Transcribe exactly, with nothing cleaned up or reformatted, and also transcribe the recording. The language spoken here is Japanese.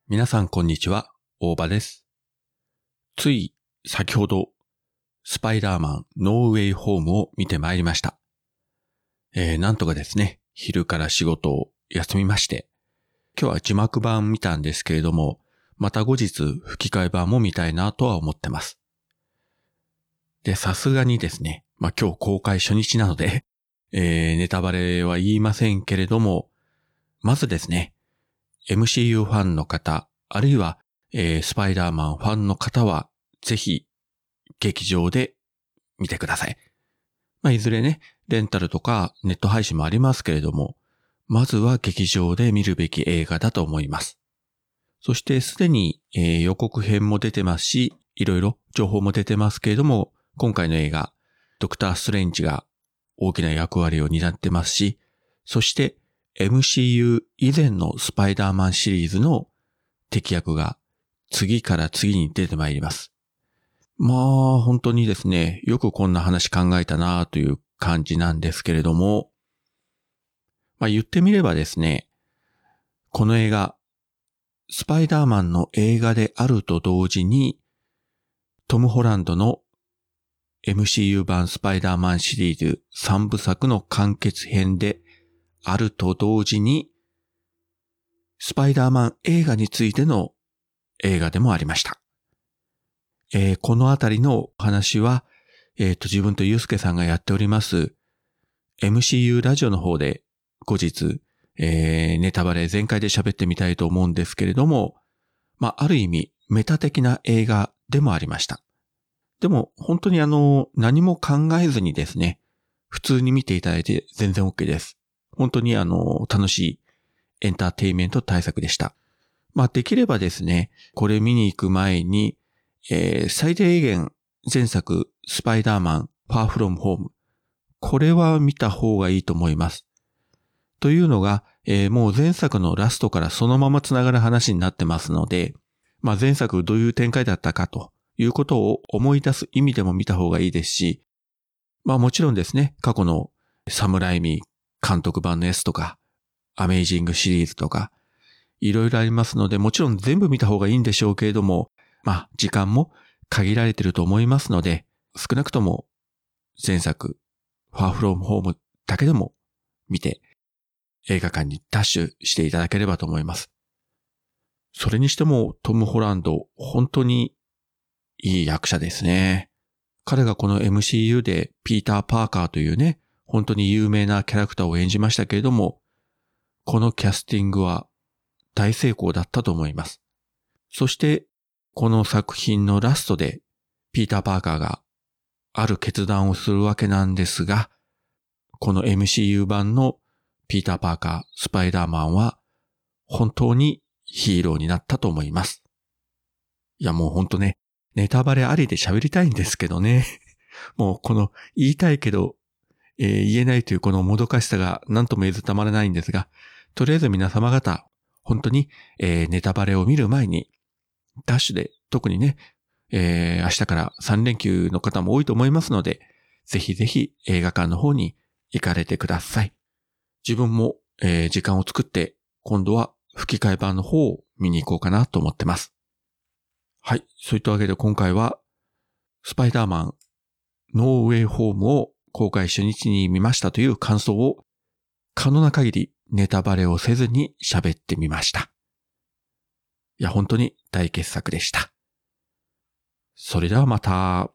皆さんこんにちは、大場です。つい先ほど、スパイダーマンノーウェイホームを見てまいりました。えー、なんとかですね、昼から仕事を休みまして、今日は字幕版見たんですけれども、また後日吹き替え版も見たいなとは思ってます。で、さすがにですね、まあ今日公開初日なので、えー、ネタバレは言いませんけれども、まずですね、エムシーユー ファンの方、あるいは、えー、スパイダーマンファンの方は、ぜひ、劇場で見てください。まあ、いずれね、レンタルとかネット配信もありますけれども、まずは劇場で見るべき映画だと思います。そしてすでに、えー、予告編も出てますし、いろいろ情報も出てますけれども、今回の映画、ドクター・ストレンジが大きな役割を担ってますし、そして、エムシーユー 以前のスパイダーマンシリーズの敵役が次から次に出てまいります。まあ本当にですね、よくこんな話考えたなという感じなんですけれども、まあ言ってみればですね、この映画、スパイダーマンの映画であると同時に、トム・ホランドの エムシーユー 版スパイダーマンシリーズさんぶさくの完結編であると同時に、スパイダーマン映画についての映画でもありました。えー、このあたりの話は、えっと、自分とゆうすけさんがやっております、エムシーユー ラジオの方で後日、えー、ネタバレ全開で喋ってみたいと思うんですけれども、まあ、ある意味、メタ的な映画でもありました。でも、本当にあの、何も考えずにですね、普通に見ていただいて全然 OK です。本当にあの、楽しいエンターテインメント対策でした。まあ、できればですね、これ見に行く前に、えー、最低限前作スパイダーマンファーフロムホーム、これは見た方がいいと思います。というのが、えー、もう前作のラストからそのままつながる話になってますので、まあ、前作どういう展開だったかということを思い出す意味でも見た方がいいですし、まあもちろんですね、過去のサムライミ監督版の S とか、アメイジングシリーズとか、いろいろありますので、もちろん全部見た方がいいんでしょうけれども、まあ時間も限られていると思いますので、少なくとも前作ファーフロムホームだけでも見て映画館にダッシュしていただければと思います。それにしてもトム・ホランド本当にいい役者ですね。彼がこの エムシーユー でピーター・パーカーというね、本当に有名なキャラクターを演じましたけれども、このキャスティングは大成功だったと思います。そして、この作品のラストで、ピーター・パーカーがある決断をするわけなんですが、この エムシーユー 版のピーター・パーカー、スパイダーマンは、本当にヒーローになったと思います。いやもう本当ね、ネタバレありで喋りたいんですけどね。もうこの言いたいけど、えー、言えないというこのもどかしさが何とも言えずたまらないんですが、とりあえず皆様方、本当に、えー、ネタバレを見る前に、ダッシュで、特にね、えー、明日からさん連休の方も多いと思いますので、ぜひぜひ映画館の方に行かれてください。自分も、えー、時間を作って、今度は吹き替え版の方を見に行こうかなと思ってます。はい。そういったわけで今回は、スパイダーマン、ノーウェイホームを公開初日に見ましたという感想を、可能な限りネタバレをせずに喋ってみました。いや、本当に大傑作でした。それではまた。